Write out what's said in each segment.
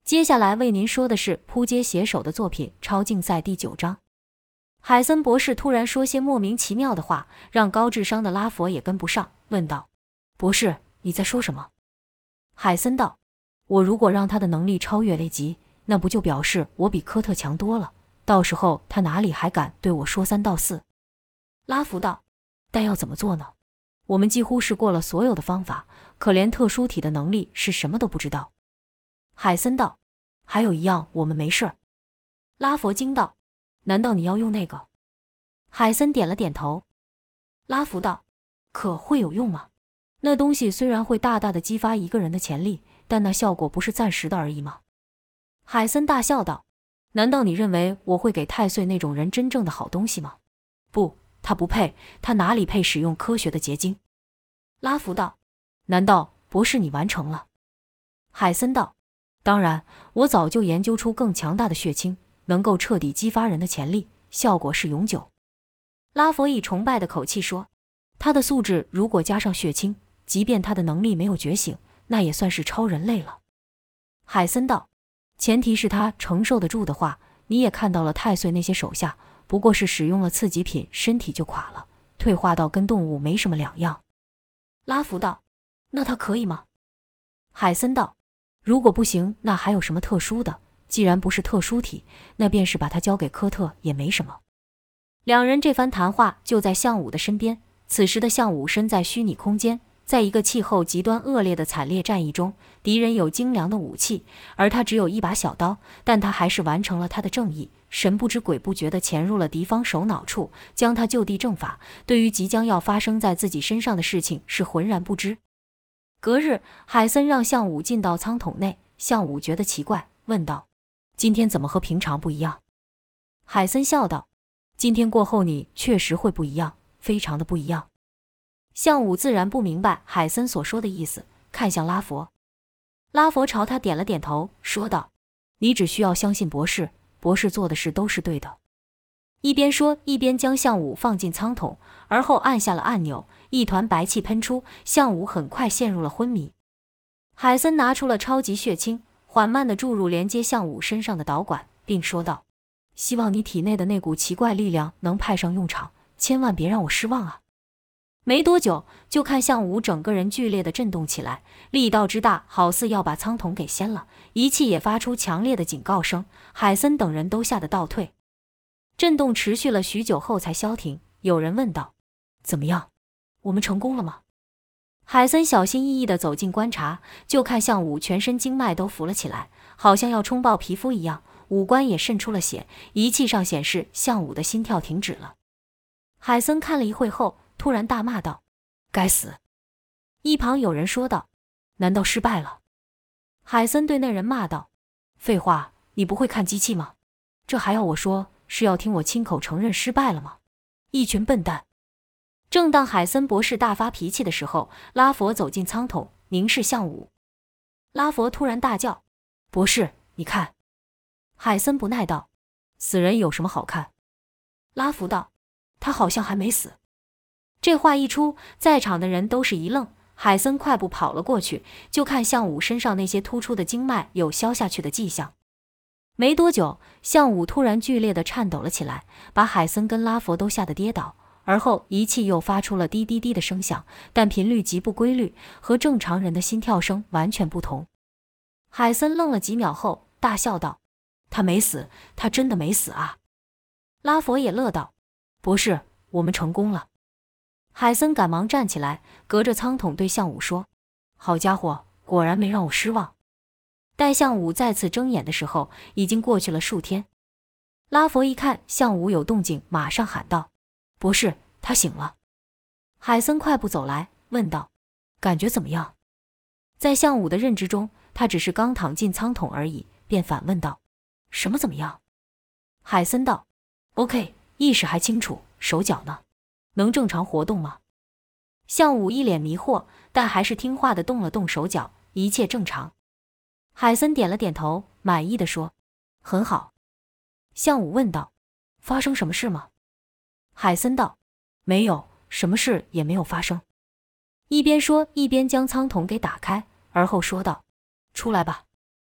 接下来为您说的是扑街写手的作品《超竞赛》第9章。海森博士突然说些莫名其妙的话，让高智商的拉佛也跟不上，问道：博士，你在说什么？海森道：我如果让他的能力超越雷吉，那不就表示我比科特强多了，到时候他哪里还敢对我说3道4？拉弗道：但要怎么做呢？我们几乎试过了所有的方法，可连特殊体的能力是什么都不知道。海森道：还有一样我们没事儿。拉佛惊道：难道你要用那个？海森点了点头。拉弗道：可会有用吗？那东西虽然会大大的激发一个人的潜力，但那效果不是暂时的而已吗？海森大笑道：难道你认为我会给太岁那种人真正的好东西吗？不，他不配，他哪里配使用科学的结晶？拉弗道：难道博士你完成了？海森道：当然，我早就研究出更强大的血清，能够彻底激发人的潜力，效果是永久。拉佛以崇拜的口气说：他的素质如果加上血清，即便他的能力没有觉醒，那也算是超人类了。海森道：前提是他承受得住的话，你也看到了太岁那些手下，不过是使用了刺激品，身体就垮了，退化到跟动物没什么两样。拉弗道：那他可以吗？海森道：如果不行，那还有什么特殊的？既然不是特殊体，那便是把他交给科特也没什么。两人这番谈话就在项武的身边，此时的项武身在虚拟空间，在一个气候极端恶劣的惨烈战役中，敌人有精良的武器，而他只有一把小刀，但他还是完成了他的正义，神不知鬼不觉地潜入了敌方首脑处，将他就地正法，对于即将要发生在自己身上的事情是浑然不知。隔日，海森让项武进到舱桶内，项武觉得奇怪，问道：今天怎么和平常不一样？海森笑道：今天过后你确实会不一样，非常的不一样。项武自然不明白海森所说的意思，看向拉佛。拉佛朝他点了点头，说道：你只需要相信博士，博士做的事都是对的。一边说一边将项武放进舱桶，而后按下了按钮，一团白气喷出，项武很快陷入了昏迷。海森拿出了超级血清，缓慢地注入连接项武身上的导管，并说道：希望你体内的那股奇怪力量能派上用场，千万别让我失望啊。没多久，就看项武整个人剧烈地震动起来，力道之大，好似要把舱桶给掀了，仪器也发出强烈的警告声，海森等人都吓得倒退。震动持续了许久后才消停，有人问道：怎么样？我们成功了吗？海森小心翼翼地走近观察，就看项武全身经脉都浮了起来，好像要冲爆皮肤一样，五官也渗出了血，仪器上显示项武的心跳停止了。海森看了一会后，突然大骂道：该死！一旁有人说道：难道失败了？海森对那人骂道：废话，你不会看机器吗？这还要我说，是要听我亲口承认失败了吗？一群笨蛋！正当海森博士大发脾气的时候，拉佛走进舱桶，凝视项武。拉佛突然大叫：博士，你看！海森不耐道：死人有什么好看？拉弗道：他好像还没死。这话一出，在场的人都是一愣，海森快步跑了过去，就看项武身上那些突出的经脉有消下去的迹象。没多久，项武突然剧烈地颤抖了起来，把海森跟拉佛都吓得跌倒，而后仪器又发出了滴滴滴的声响，但频率极不规律，和正常人的心跳声完全不同。海森愣了几秒后，大笑道：他没死，他真的没死啊！拉佛也乐道：博士，我们成功了。海森赶忙站起来，隔着舱桶对项武说：好家伙，果然没让我失望。待项武再次睁眼的时候，已经过去了数天。拉佛一看项武有动静，马上喊道：博士，他醒了。海森快步走来，问道：感觉怎么样？在项武的认知中，他只是刚躺进舱桶而已，便反问道：什么怎么样？海森道：OK， 意识还清楚，手脚呢？能正常活动吗？项武一脸迷惑，但还是听话地动了动手脚，一切正常。海森点了点头，满意地说：很好。项武问道：发生什么事吗？海森道：没有，什么事也没有发生。一边说一边将舱桶给打开，而后说道：出来吧。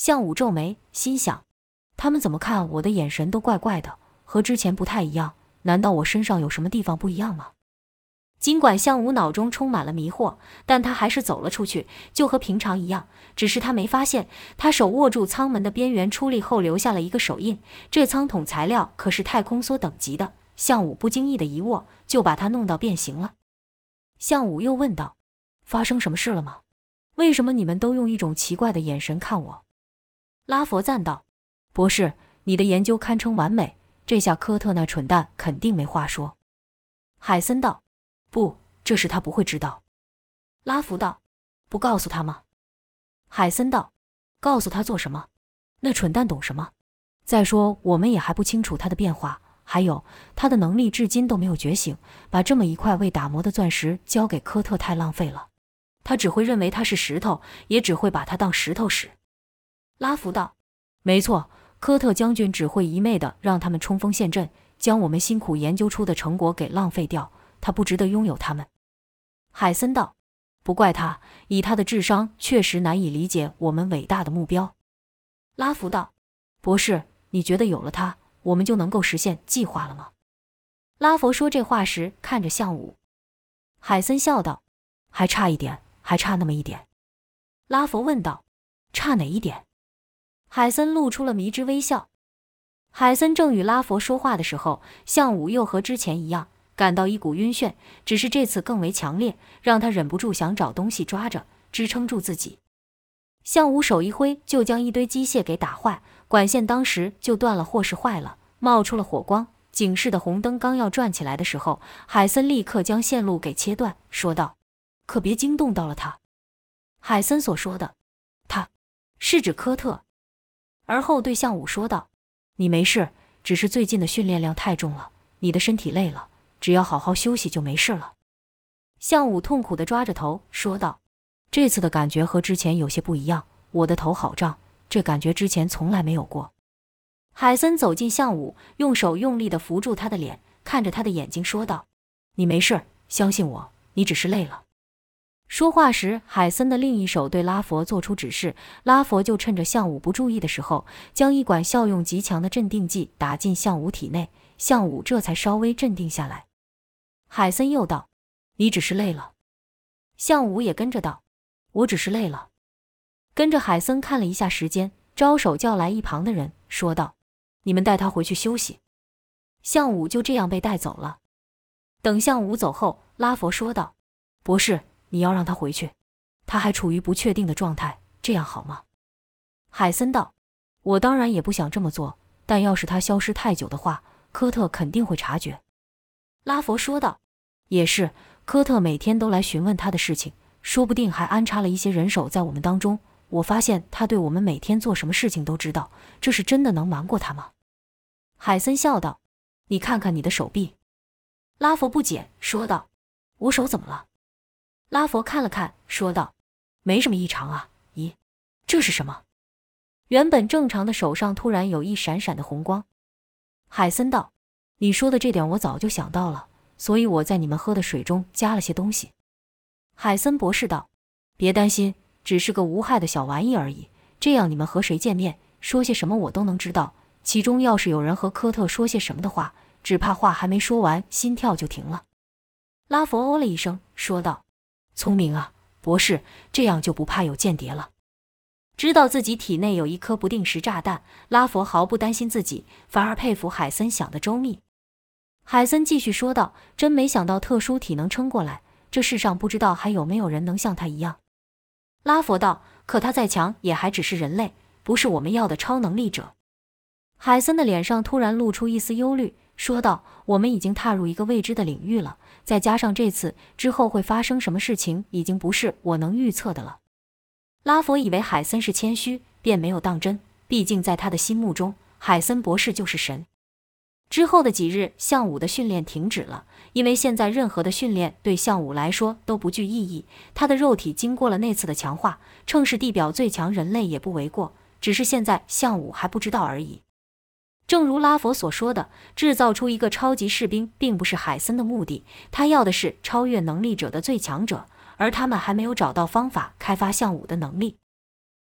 项武皱眉，心想，他们怎么看我的眼神都怪怪的，和之前不太一样，难道我身上有什么地方不一样吗？尽管项武脑中充满了迷惑，但他还是走了出去，就和平常一样，只是他没发现，他手握住舱门的边缘出力后留下了一个手印，这舱筒材料可是太空梭等级的，项武不经意的一握，就把它弄到变形了。项武又问道，发生什么事了吗？为什么你们都用一种奇怪的眼神看我？拉佛赞道，博士，你的研究堪称完美，这下科特那蠢蛋肯定没话说。海森道，不，这事他不会知道。拉弗道，不告诉他吗？海森道，告诉他做什么？那蠢蛋懂什么？再说我们也还不清楚他的变化，还有他的能力至今都没有觉醒，把这么一块未打磨的钻石交给科特太浪费了，他只会认为它是石头，也只会把它当石头使。拉弗道，没错，科特将军只会一昧地让他们冲锋陷阵，将我们辛苦研究出的成果给浪费掉，他不值得拥有他们。海森道，不怪他，以他的智商确实难以理解我们伟大的目标。拉弗道，博士，你觉得有了他，我们就能够实现计划了吗？拉佛说这话时看着项武。海森笑道，还差一点，还差那么一点。拉佛问道，差哪一点？海森露出了迷之微笑。海森正与拉佛说话的时候，项武又和之前一样感到一股晕眩，只是这次更为强烈，让他忍不住想找东西抓着支撑住自己。项武手一挥，就将一堆机械给打坏，管线当时就断了或是坏了，冒出了火光，警示的红灯刚要转起来的时候，海森立刻将线路给切断，说道，可别惊动到了他。海森所说的他是指科特，而后对项武说道，你没事，只是最近的训练量太重了，你的身体累了，只要好好休息就没事了。项武痛苦地抓着头说道，这次的感觉和之前有些不一样，我的头好胀，这感觉之前从来没有过。海森走近项武，用手用力地扶住他的脸，看着他的眼睛说道，你没事，相信我，你只是累了。说话时，海森的另一手对拉佛做出指示，拉佛就趁着项武不注意的时候，将一管效用极强的镇定剂打进项武体内，项武这才稍微镇定下来。海森又道，你只是累了。项武也跟着道，我只是累了。跟着海森看了一下时间，招手叫来一旁的人，说道，你们带他回去休息。项武就这样被带走了。等项武走后，拉佛说道，博士，你要让他回去，他还处于不确定的状态，这样好吗？海森道，我当然也不想这么做，但要是他消失太久的话，科特肯定会察觉。拉佛说道，也是，科特每天都来询问他的事情，说不定还安插了一些人手在我们当中，我发现他对我们每天做什么事情都知道，这是真的能瞒过他吗？海森笑道，你看看你的手臂。拉佛不解说道，我手怎么了？拉佛看了看，说道，没什么异常啊。咦，这是什么？原本正常的手上突然有一闪闪的红光。海森道，你说的这点我早就想到了，所以我在你们喝的水中加了些东西。海森博士道，别担心，只是个无害的小玩意而已，这样你们和谁见面，说些什么我都能知道，其中要是有人和科特说些什么的话，只怕话还没说完，心跳就停了。拉佛哦了一声，说道，聪明啊，博士，这样就不怕有间谍了。知道自己体内有一颗不定时炸弹，拉佛毫不担心自己，反而佩服海森想得周密。海森继续说道，真没想到特殊体能撑过来，这世上不知道还有没有人能像他一样。拉佛道，可他再强也还只是人类，不是我们要的超能力者。海森的脸上突然露出一丝忧虑，说道，我们已经踏入一个未知的领域了，再加上这次之后会发生什么事情，已经不是我能预测的了。拉佛以为海森是谦虚，便没有当真，毕竟在他的心目中，海森博士就是神。之后的几日，项武的训练停止了，因为现在任何的训练对项武来说都不具意义，他的肉体经过了那次的强化，称是地表最强人类也不为过，只是现在项武还不知道而已。正如拉佛所说的，制造出一个超级士兵并不是海森的目的，他要的是超越能力者的最强者，而他们还没有找到方法开发项武的能力。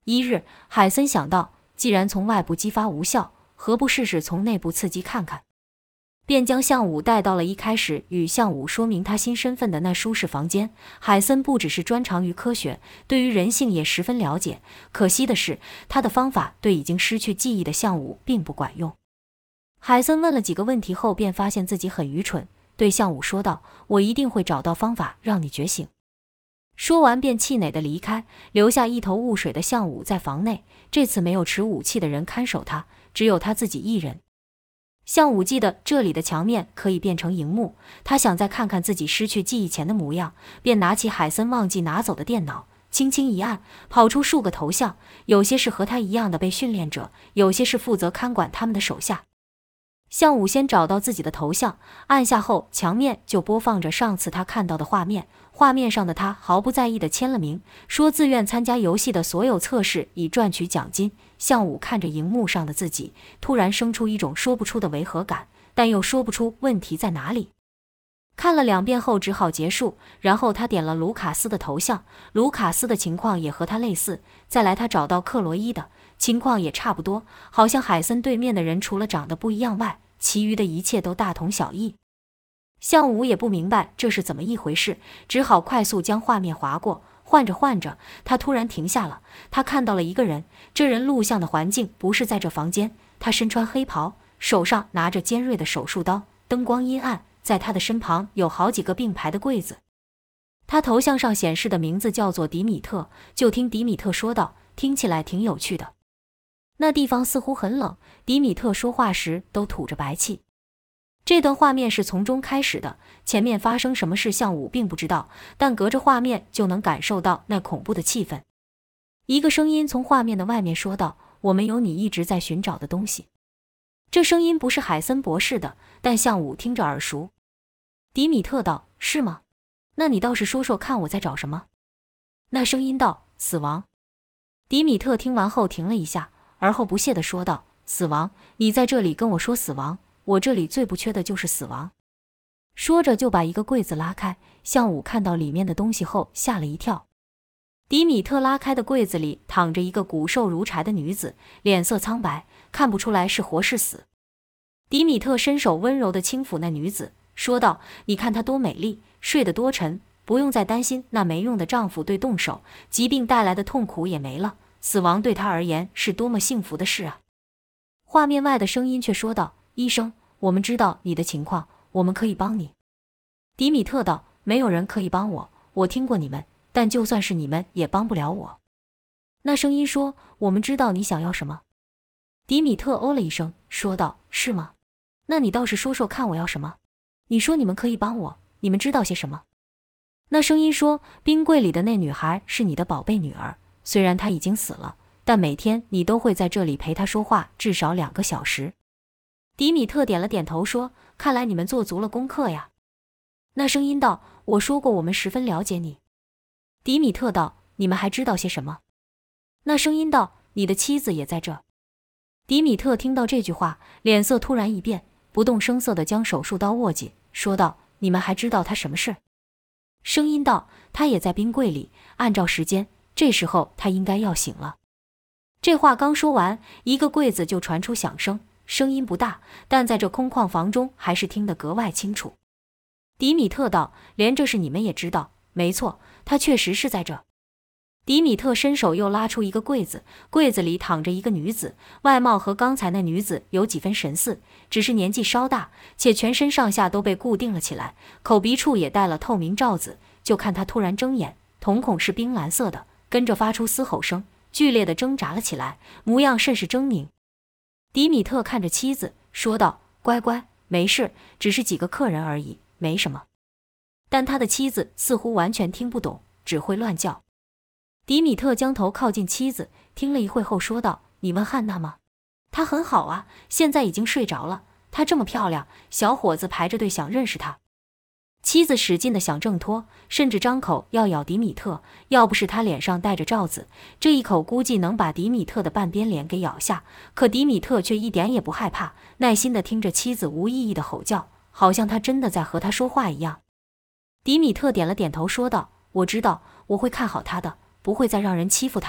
一日，海森想到，既然从外部激发无效，何不试试从内部刺激看看？便将项武带到了一开始与项武说明他新身份的那舒适房间。海森不只是专长于科学，对于人性也十分了解。可惜的是，他的方法对已经失去记忆的项武并不管用。海森问了几个问题后，便发现自己很愚蠢，对项武说道：“我一定会找到方法让你觉醒。”说完便气馁地离开，留下一头雾水的项武在房内。这次没有持武器的人看守他，只有他自己一人。项武记得这里的墙面可以变成荧幕，他想再看看自己失去记忆前的模样，便拿起海森忘记拿走的电脑，轻轻一按，跑出数个头像，有些是和他一样的被训练者，有些是负责看管他们的手下。项武先找到自己的头像，按下后，墙面就播放着上次他看到的画面。画面上的他毫不在意地签了名，说自愿参加游戏的所有测试以赚取奖金。项武看着荧幕上的自己，突然生出一种说不出的违和感，但又说不出问题在哪里。看了2遍后只好结束，然后他点了卢卡斯的头像，卢卡斯的情况也和他类似。再来他找到克洛伊的情况也差不多，好像海森对面的人除了长得不一样外，其余的一切都大同小异。项武也不明白这是怎么一回事，只好快速将画面划过。换着，他突然停下了。他看到了一个人，这人录像的环境不是在这房间。他身穿黑袍，手上拿着尖锐的手术刀，灯光阴暗，在他的身旁有好几个并排的柜子。他头像上显示的名字叫做迪米特，就听迪米特说道：“听起来挺有趣的。”那地方似乎很冷，迪米特说话时都吐着白气。这段画面是从中开始的，前面发生什么事项武并不知道，但隔着画面就能感受到那恐怖的气氛。一个声音从画面的外面说道：“我们有你一直在寻找的东西。”这声音不是海森博士的，但项武听着耳熟。迪米特道：“是吗？那你倒是说说看我在找什么？”那声音道：“死亡。”迪米特听完后停了一下，而后不屑地说道：“死亡？你在这里跟我说死亡？我这里最不缺的就是死亡。”说着就把一个柜子拉开，项武看到里面的东西后吓了一跳。迪米特拉开的柜子里躺着一个骨瘦如柴的女子，脸色苍白，看不出来是活是死。迪米特伸手温柔地轻抚那女子，说道：“你看她多美丽，睡得多沉，不用再担心那没用的丈夫对动手，疾病带来的痛苦也没了，死亡对她而言是多么幸福的事啊。”画面外的声音却说道：“医生，我们知道你的情况，我们可以帮你。”迪米特道：“没有人可以帮我，我听过你们，但就算是你们也帮不了我。”那声音说：“我们知道你想要什么。”迪米特哦了一声，说道：“是吗？那你倒是说说看我要什么？你说你们可以帮我，你们知道些什么？”那声音说：“冰柜里的那女孩是你的宝贝女儿，虽然她已经死了，但每天你都会在这里陪她说话至少2个小时。”迪米特点了点头说：“看来你们做足了功课呀。”那声音道：“我说过我们十分了解你。”迪米特道：“你们还知道些什么？”那声音道：“你的妻子也在这。”迪米特听到这句话，脸色突然一变，不动声色地将手术刀握紧，说道：“你们还知道她什么事？”声音道：“她也在冰柜里，按照时间，这时候她应该要醒了。”这话刚说完，一个柜子就传出响声，声音不大，但在这空旷房中还是听得格外清楚。迪米特道：“连这事你们也知道？没错，她确实是在这。”迪米特伸手又拉出一个柜子，柜子里躺着一个女子，外貌和刚才那女子有几分神似，只是年纪稍大，且全身上下都被固定了起来，口鼻处也戴了透明罩子。就看她突然睁眼，瞳孔是冰蓝色的，跟着发出嘶吼声，剧烈地挣扎了起来，模样甚是狰狞。迪米特看着妻子，说道：“乖乖，没事，只是几个客人而已，没什么。”但他的妻子似乎完全听不懂，只会乱叫。迪米特将头靠近妻子，听了一会后说道：“你问汉娜吗？她很好啊，现在已经睡着了。她这么漂亮，小伙子排着队想认识她。”妻子使劲地想挣脱，甚至张口要咬迪米特，要不是他脸上戴着罩子，这一口估计能把迪米特的半边脸给咬下。可迪米特却一点也不害怕，耐心地听着妻子无意义的吼叫，好像他真的在和他说话一样。迪米特点了点头，说道：“我知道，我会看好他的，不会再让人欺负他了。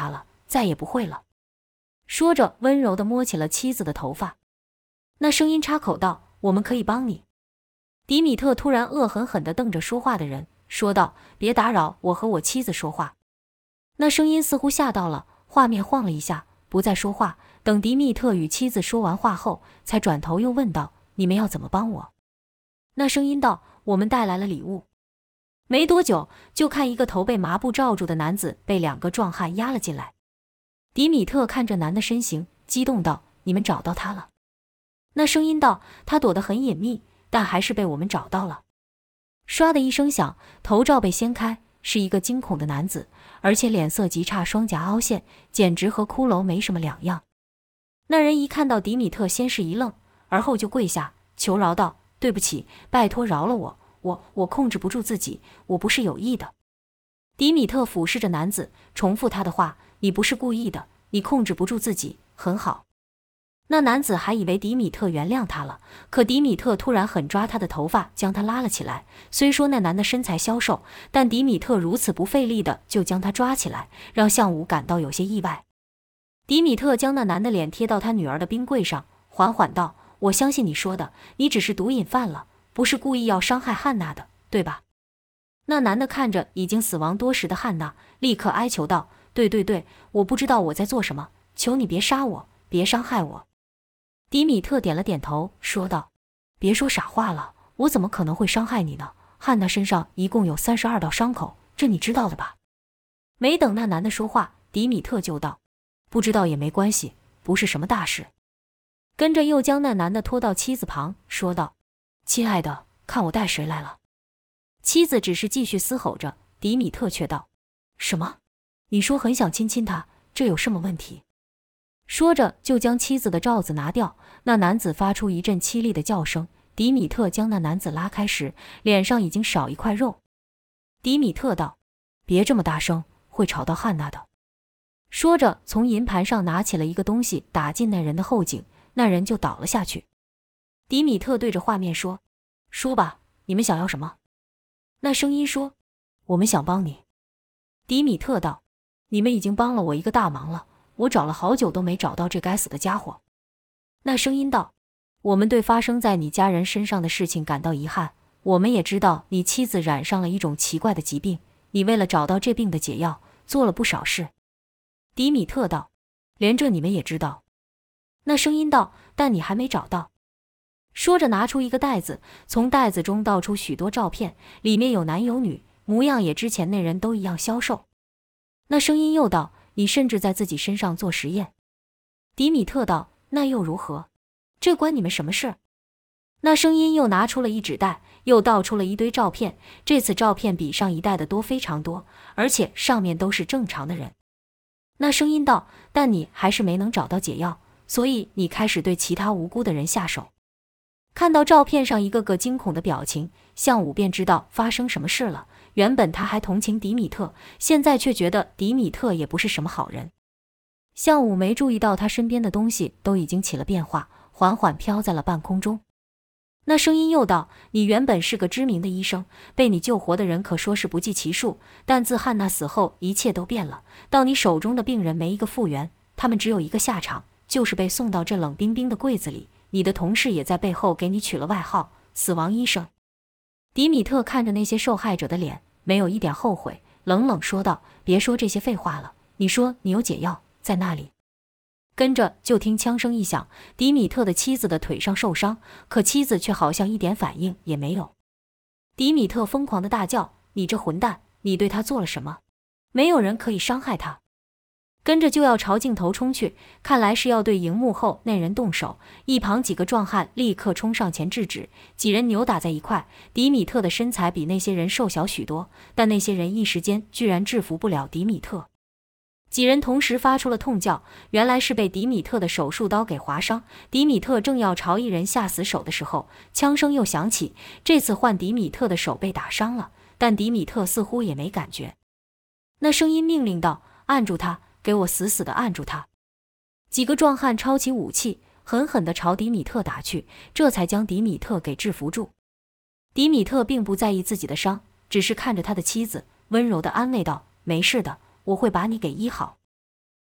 再也不会了。说着，温柔地摸起了妻子的头发。那声音插口道：“我们可以帮你。”迪米特突然恶狠狠地瞪着说话的人，说道：“别打扰我和我妻子说话。”那声音似乎吓到了，画面晃了一下，不再说话。等迪米特与妻子说完话后，才转头又问道：“你们要怎么帮我？”那声音道：“我们带来了礼物。”没多久，就看一个头被麻布罩住的男子被2个壮汉押了进来。迪米特看着男的身形，激动道：“你们找到他了？”那声音道：“他躲得很隐秘，但还是被我们找到了。”唰的一声响，头罩被掀开，是一个惊恐的男子，而且脸色极差，双颊凹陷，简直和骷髅没什么两样。那人一看到迪米特，先是一愣，而后就跪下求饶道：“对不起，拜托饶了我，我控制不住自己，我不是有意的。”迪米特俯视着男子，重复他的话：“你不是故意的，你控制不住自己，很好。”那男子还以为迪米特原谅他了，可迪米特突然狠抓他的头发，将他拉了起来。虽说那男的身材消瘦，但迪米特如此不费力的就将他抓起来，让向武感到有些意外。迪米特将那男的脸贴到他女儿的冰柜上，缓缓道：“我相信你说的，你只是毒瘾犯了，不是故意要伤害汉娜的，对吧？”那男的看着已经死亡多时的汉娜，立刻哀求道：“对，我不知道我在做什么，求你别杀我，别伤害我。”迪米特点了点头，说道：“别说傻话了，我怎么可能会伤害你呢？汉娜身上一共有32道伤口，这你知道的吧？”没等那男的说话，迪米特就道：“不知道也没关系，不是什么大事。”跟着又将那男的拖到妻子旁，说道：“亲爱的，看我带谁来了。”妻子只是继续嘶吼着，迪米特却道：“什么？你说很想亲亲他，这有什么问题？”说着就将妻子的罩子拿掉。那男子发出一阵凄厉的叫声，迪米特将那男子拉开时，脸上已经少一块肉。迪米特道：“别这么大声，会吵到汉娜的。”说着从银盘上拿起了一个东西，打进那人的后颈，那人就倒了下去。迪米特对着画面说：“说吧，你们想要什么？”那声音说：“我们想帮你。”迪米特道：“你们已经帮了我一个大忙了，我找了好久都没找到这该死的家伙。”那声音道：“我们对发生在你家人身上的事情感到遗憾，我们也知道你妻子染上了一种奇怪的疾病，你为了找到这病的解药，做了不少事。”迪米特道：“连这你们也知道？”那声音道：“但你还没找到。”说着拿出一个袋子，从袋子中倒出许多照片，里面有男有女，模样也之前那人都一样消瘦。那声音又道：“你甚至在自己身上做实验。”迪米特道：“那又如何？这关你们什么事？”那声音又拿出了一纸袋，又倒出了一堆照片，这次照片比上一代的多非常多，而且上面都是正常的人。那声音道：“但你还是没能找到解药，所以你开始对其他无辜的人下手。”看到照片上一个个惊恐的表情，向武便知道发生什么事了。原本他还同情迪米特，现在却觉得迪米特也不是什么好人。向武没注意到他身边的东西都已经起了变化，缓缓飘在了半空中。那声音又道：“你原本是个知名的医生，被你救活的人可说是不计其数，但自汉娜死后，一切都变了。到你手中的病人没一个复原，他们只有一个下场，就是被送到这冷冰冰的柜子里。你的同事也在背后给你取了外号‘死亡医生’。”迪米特看着那些受害者的脸，没有一点后悔，冷冷说道：“别说这些废话了，你说你有解药，在那里。”跟着就听枪声一响，迪米特的妻子的腿上受伤，可妻子却好像一点反应也没有。迪米特疯狂地大叫：“你这混蛋，你对他做了什么？没有人可以伤害他！”跟着就要朝镜头冲去，看来是要对荧幕后那人动手。一旁几个壮汉立刻冲上前制止，几人扭打在一块。迪米特的身材比那些人瘦小许多，但那些人一时间居然制服不了迪米特。几人同时发出了痛叫，原来是被迪米特的手术刀给划伤。迪米特正要朝一人下死手的时候，枪声又响起，这次换迪米特的手被打伤了，但迪米特似乎也没感觉。那声音命令道：“按住他，给我死死地按住他！”几个壮汉抄起武器，狠狠地朝迪米特打去，这才将迪米特给制服住。迪米特并不在意自己的伤，只是看着他的妻子，温柔地安慰道：“没事的，我会把你给医好。”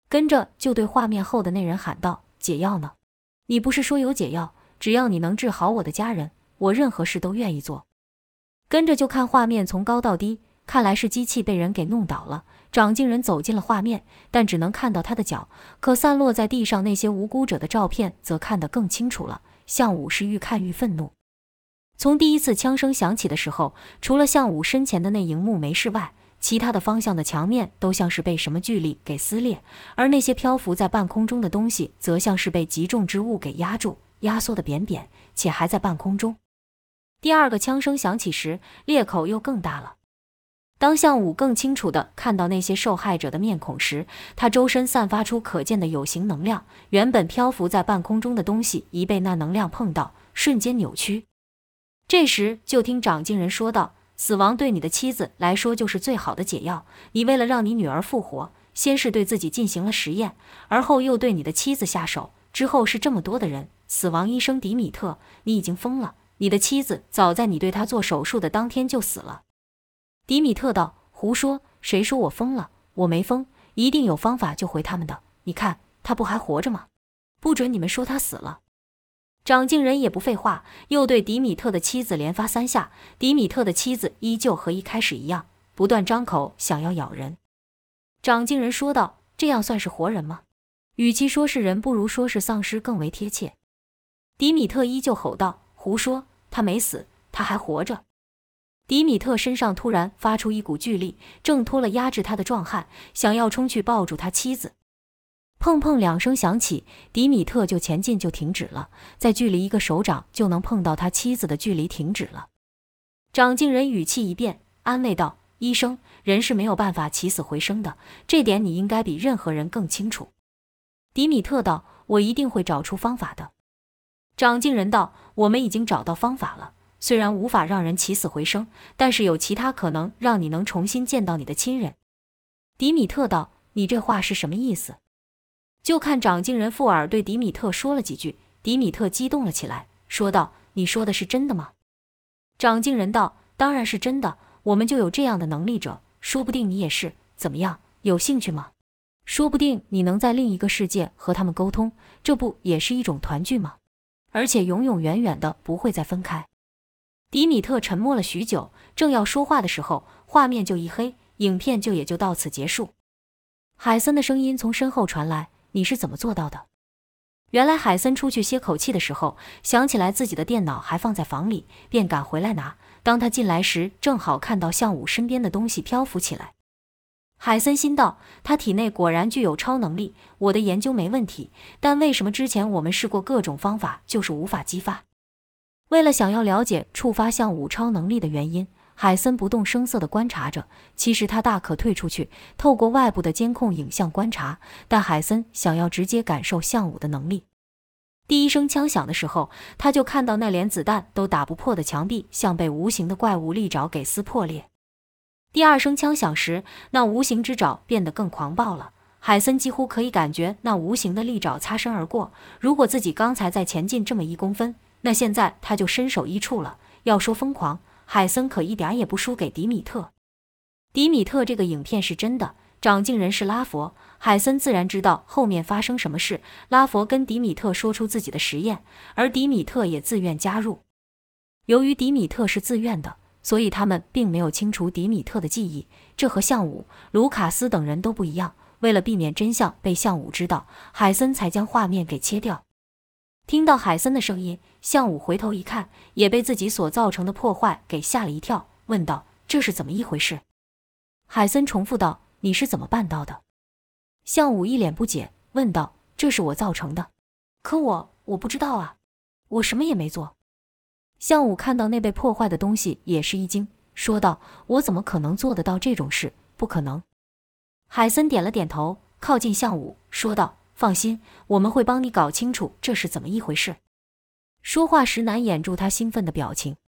跟着就对画面后的那人喊道：“解药呢？你不是说有解药，只要你能治好我的家人，我任何事都愿意做。”跟着就看画面从高到低，看来是机器被人给弄倒了。长进人走进了画面，但只能看到他的脚，可散落在地上那些无辜者的照片则看得更清楚了。项武是愈看愈愤怒。从第一次枪声响起的时候，除了项武身前的那荧幕没事外，其他的方向的墙面都像是被什么巨力给撕裂，而那些漂浮在半空中的东西则像是被极重之物给压住，压缩得扁扁，且还在半空中。第二个枪声响起时，裂口又更大了。当项武更清楚地看到那些受害者的面孔时，他周身散发出可见的有形能量，原本漂浮在半空中的东西一被那能量碰到，瞬间扭曲。这时就听长进人说道：“死亡对你的妻子来说就是最好的解药，你为了让你女儿复活，先是对自己进行了实验，而后又对你的妻子下手，之后是这么多的人。死亡医生迪米特，你已经疯了，你的妻子早在你对她做手术的当天就死了。”迪米特道：“胡说，谁说我疯了？我没疯，一定有方法救回他们的。你看，他不还活着吗？不准你们说他死了。”长进人也不废话，又对迪米特的妻子连发3下。迪米特的妻子依旧和一开始一样，不断张口想要咬人。长进人说道：“这样算是活人吗？与其说是人，不如说是丧尸更为贴切。”迪米特依旧吼道：“胡说，他没死，他还活着。”迪米特身上突然发出一股巨力，挣脱了压制他的壮汉，想要冲去抱住他妻子。砰砰2声响起，迪米特就前进就停止了，在距离一个手掌就能碰到他妻子的距离停止了。长进人语气一变，安慰道：“医生，人是没有办法起死回生的，这点你应该比任何人更清楚。”迪米特道：“我一定会找出方法的。”长进人道：“我们已经找到方法了，虽然无法让人起死回生，但是有其他可能让你能重新见到你的亲人。”迪米特道：“你这话是什么意思？”就看长进人附耳对迪米特说了几句，迪米特激动了起来，说道：“你说的是真的吗？”长进人道：“当然是真的，我们就有这样的能力者，说不定你也是，怎么样，有兴趣吗？说不定你能在另一个世界和他们沟通，这不也是一种团聚吗？而且永永远远的不会再分开。”迪米特沉默了许久，正要说话的时候，画面就一黑，影片也就到此结束。海森的声音从身后传来：“你是怎么做到的？”原来海森出去歇口气的时候，想起来自己的电脑还放在房里，便赶回来拿。当他进来时，正好看到项武身边的东西漂浮起来。海森心道：他体内果然具有超能力，我的研究没问题，但为什么之前我们试过各种方法，就是无法激发？为了想要了解触发项武超能力的原因，海森不动声色地观察着。其实他大可退出去，透过外部的监控影像观察，但海森想要直接感受项武的能力。第一声枪响的时候，他就看到那连子弹都打不破的墙壁像被无形的怪物利爪给撕破裂。第二声枪响时，那无形之爪变得更狂暴了。海森几乎可以感觉那无形的利爪擦身而过，如果自己刚才再前进这么1公分，那现在他就身首异处了。要说疯狂，海森可一点也不输给迪米特。迪米特这个影片是真的，长进人是拉佛，海森自然知道后面发生什么事。拉佛跟迪米特说出自己的实验，而迪米特也自愿加入。由于迪米特是自愿的，所以他们并没有清除迪米特的记忆，这和项武、卢卡斯等人都不一样。为了避免真相被项武知道，海森才将画面给切掉。听到海森的声音，项武回头一看，也被自己所造成的破坏给吓了一跳，问道：“这是怎么一回事？”海森重复道：“你是怎么办到的？”项武一脸不解，问道：“这是我造成的，可我不知道啊，我什么也没做。”项武看到那被破坏的东西也是一惊，说道：“我怎么可能做得到这种事？不可能。”海森点了点头，靠近项武，说道：“放心，我们会帮你搞清楚这是怎么一回事。”说话时难掩住他兴奋的表情。